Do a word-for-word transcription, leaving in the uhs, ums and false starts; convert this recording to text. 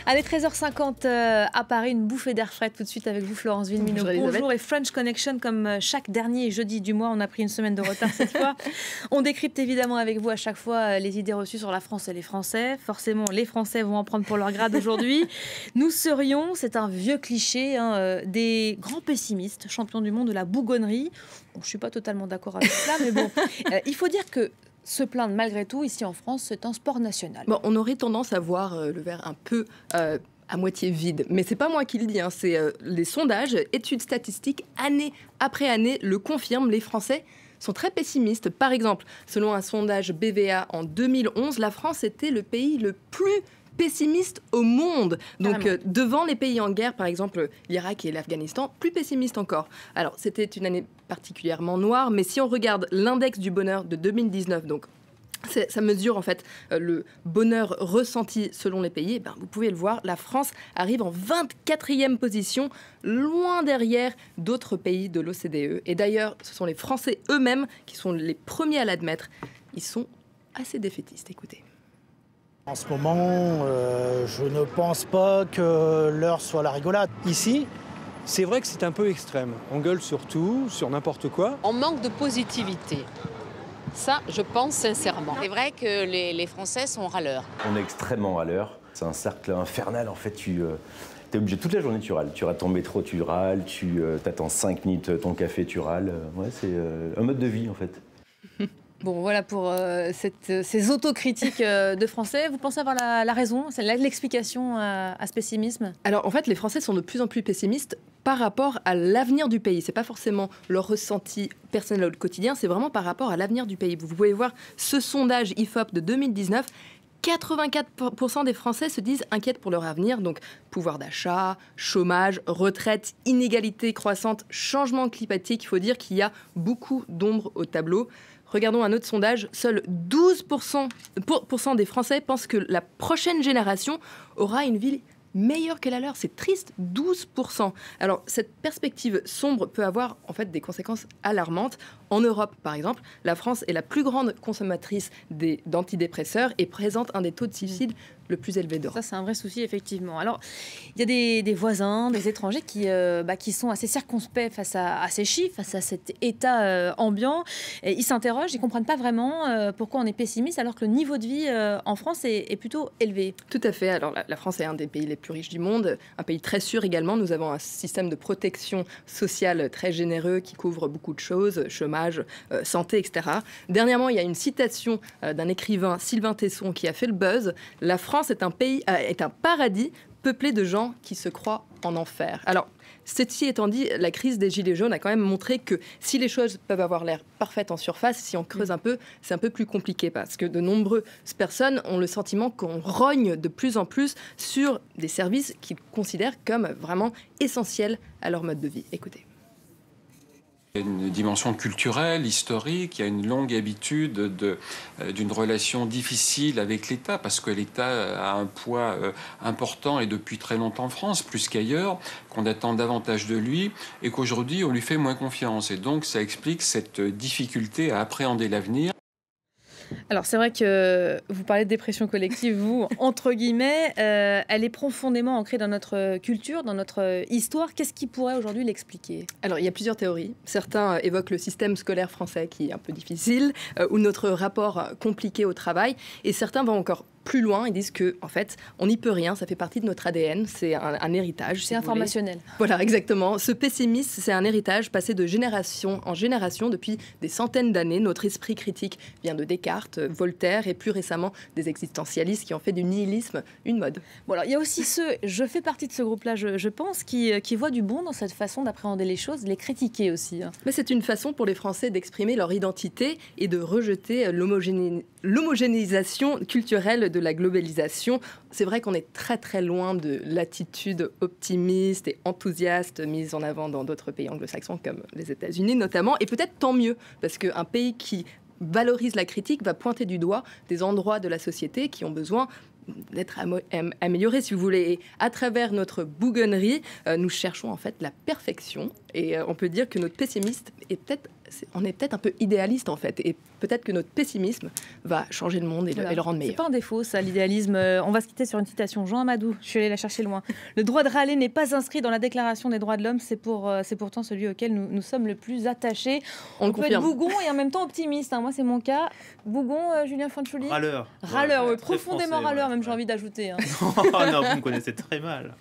Allez, treize heures cinquante euh, à Paris, une bouffée d'air frais tout de suite avec vous, Florence Villeminot. Bonjour, Bonjour et French Connection, comme chaque dernier jeudi du mois, on a pris une semaine de retard cette fois. On décrypte évidemment avec vous à chaque fois les idées reçues sur la France et les Français. Forcément, les Français vont en prendre pour leur grade aujourd'hui. Nous serions, c'est un vieux cliché, hein, euh, des grands pessimistes, champions du monde de la bougonnerie. Bon, je ne suis pas totalement d'accord avec ça, mais bon, euh, il faut dire que se plaindre malgré tout, ici en France, c'est un sport national. Bon, on aurait tendance à voir euh, le verre un peu euh, à moitié vide. Mais c'est pas moi qui le dis, hein, c'est euh, les sondages, études statistiques, année après année, le confirment. Les Français sont très pessimistes. Par exemple, selon un sondage B V A en deux mille onze, la France était le pays le plus pessimiste au monde. Donc, euh, devant les pays en guerre, par exemple l'Irak et l'Afghanistan, plus pessimiste encore. Alors, c'était une année particulièrement noire, mais si on regarde l'index du bonheur de deux mille dix-neuf, donc ça mesure en fait euh, le bonheur ressenti selon les pays, et ben, vous pouvez le voir, la France arrive en vingt-quatrième position, loin derrière d'autres pays de l'O C D E. Et d'ailleurs, ce sont les Français eux-mêmes qui sont les premiers à l'admettre. Ils sont assez défaitistes, écoutez. En ce moment, euh, je ne pense pas que l'heure soit la rigolade. Ici, c'est vrai que c'est un peu extrême. On gueule sur tout, sur n'importe quoi. On manque de positivité. Ça, je pense sincèrement. C'est vrai que les, les Français sont râleurs. On est extrêmement râleurs. C'est un cercle infernal. En fait, tu euh, es obligé toute la journée, tu râles. Tu rates ton métro, tu râles. Tu euh, t'attends cinq minutes, ton café, tu râles. Ouais, c'est euh, un mode de vie, en fait. Bon, voilà pour euh, cette, ces autocritiques euh, de Français. Vous pensez avoir la, la raison, c'est l'explication à, à ce pessimisme? Alors, en fait, les Français sont de plus en plus pessimistes par rapport à l'avenir du pays. Ce n'est pas forcément leur ressenti personnel au quotidien, c'est vraiment par rapport à l'avenir du pays. Vous pouvez voir ce sondage I F O P de deux mille dix-neuf. quatre-vingt-quatre pour cent des Français se disent inquiets pour leur avenir. Donc, pouvoir d'achat, chômage, retraite, inégalité croissante, changement climatique. Il faut dire qu'il y a beaucoup d'ombre au tableau. Regardons un autre sondage, seuls douze pour cent des Français pensent que la prochaine génération aura une vie meilleure que la leur. C'est triste, douze pour cent. Alors, cette perspective sombre peut avoir en fait des conséquences alarmantes. En Europe, par exemple, la France est la plus grande consommatrice d'antidépresseurs et présente un des taux de suicide le plus élevé d'Europe. Ça, c'est un vrai souci, effectivement. Alors, il y a des, des voisins, des étrangers qui, euh, bah, qui sont assez circonspects face à, à ces chiffres, face à cet état euh, ambiant. Et ils s'interrogent, ils ne comprennent pas vraiment euh, pourquoi on est pessimiste alors que le niveau de vie euh, en France est, est plutôt élevé. Tout à fait. Alors, la, la France est un des pays les plus riches du monde, un pays très sûr également. Nous avons un système de protection sociale très généreux qui couvre beaucoup de choses, chômage, euh, santé, et cetera. Dernièrement, il y a une citation euh, d'un écrivain, Sylvain Tesson, qui a fait le buzz. La France France est un pays, euh, est un paradis peuplé de gens qui se croient en enfer. Alors, ceci étant dit, la crise des Gilets jaunes a quand même montré que si les choses peuvent avoir l'air parfaites en surface, si on creuse un peu, c'est un peu plus compliqué parce que de nombreuses personnes ont le sentiment qu'on rogne de plus en plus sur des services qu'ils considèrent comme vraiment essentiels à leur mode de vie. Écoutez. Il y a une dimension culturelle, historique, il y a une longue habitude de, euh, d'une relation difficile avec l'État, parce que l'État a un poids euh, important et depuis très longtemps en France, plus qu'ailleurs, qu'on attend davantage de lui et qu'aujourd'hui on lui fait moins confiance. Et donc ça explique cette difficulté à appréhender l'avenir. Alors c'est vrai que vous parlez de dépression collective, vous, entre guillemets, euh, elle est profondément ancrée dans notre culture, dans notre histoire. Qu'est-ce qui pourrait aujourd'hui l'expliquer? Alors il y a plusieurs théories. Certains évoquent le système scolaire français qui est un peu difficile, euh, ou notre rapport compliqué au travail, et certains vont encore plus loin, ils disent que en fait, on n'y peut rien, ça fait partie de notre A D N, c'est un, un héritage. C'est informationnel. Voilà, exactement. Ce pessimisme, c'est un héritage passé de génération en génération depuis des centaines d'années. Notre esprit critique vient de Descartes, Voltaire et plus récemment des existentialistes qui ont fait du nihilisme une mode. Bon, alors, il y a aussi ceux, je fais partie de ce groupe-là, je, je pense, qui, qui voient du bon dans cette façon d'appréhender les choses, les critiquer aussi. Hein. Mais c'est une façon pour les Français d'exprimer leur identité et de rejeter l'homogéné... l'homogénéisation culturelle de la globalisation. C'est vrai qu'on est très très loin de l'attitude optimiste et enthousiaste mise en avant dans d'autres pays anglo-saxons comme les États-Unis notamment, et peut-être tant mieux, parce qu'un pays qui valorise la critique va pointer du doigt des endroits de la société qui ont besoin d'être améliorés, si vous voulez. Et à travers notre bougonnerie, euh, nous cherchons en fait la perfection, et euh, on peut dire que notre pessimisme est peut-être c'est, on est peut-être un peu idéaliste en fait, et peut-être que notre pessimisme va changer le monde et, voilà. le, et le rendre meilleur. C'est pas un défaut, ça, l'idéalisme. Euh, on va se quitter sur une citation. Jean Amadou, je suis allée la chercher loin. Le droit de râler n'est pas inscrit dans la Déclaration des droits de l'homme, c'est, pour, euh, c'est pourtant celui auquel nous, nous sommes le plus attachés. On, on le peut confirme. être bougon et en même temps optimiste. Hein. Moi, c'est mon cas. Bougon, euh, Julien Fanchouli. Râleur. Râleur, ouais, ouais, très profondément français, râleur, ouais, même ouais. j'ai envie d'ajouter. Hein. Oh non, vous me connaissez très mal.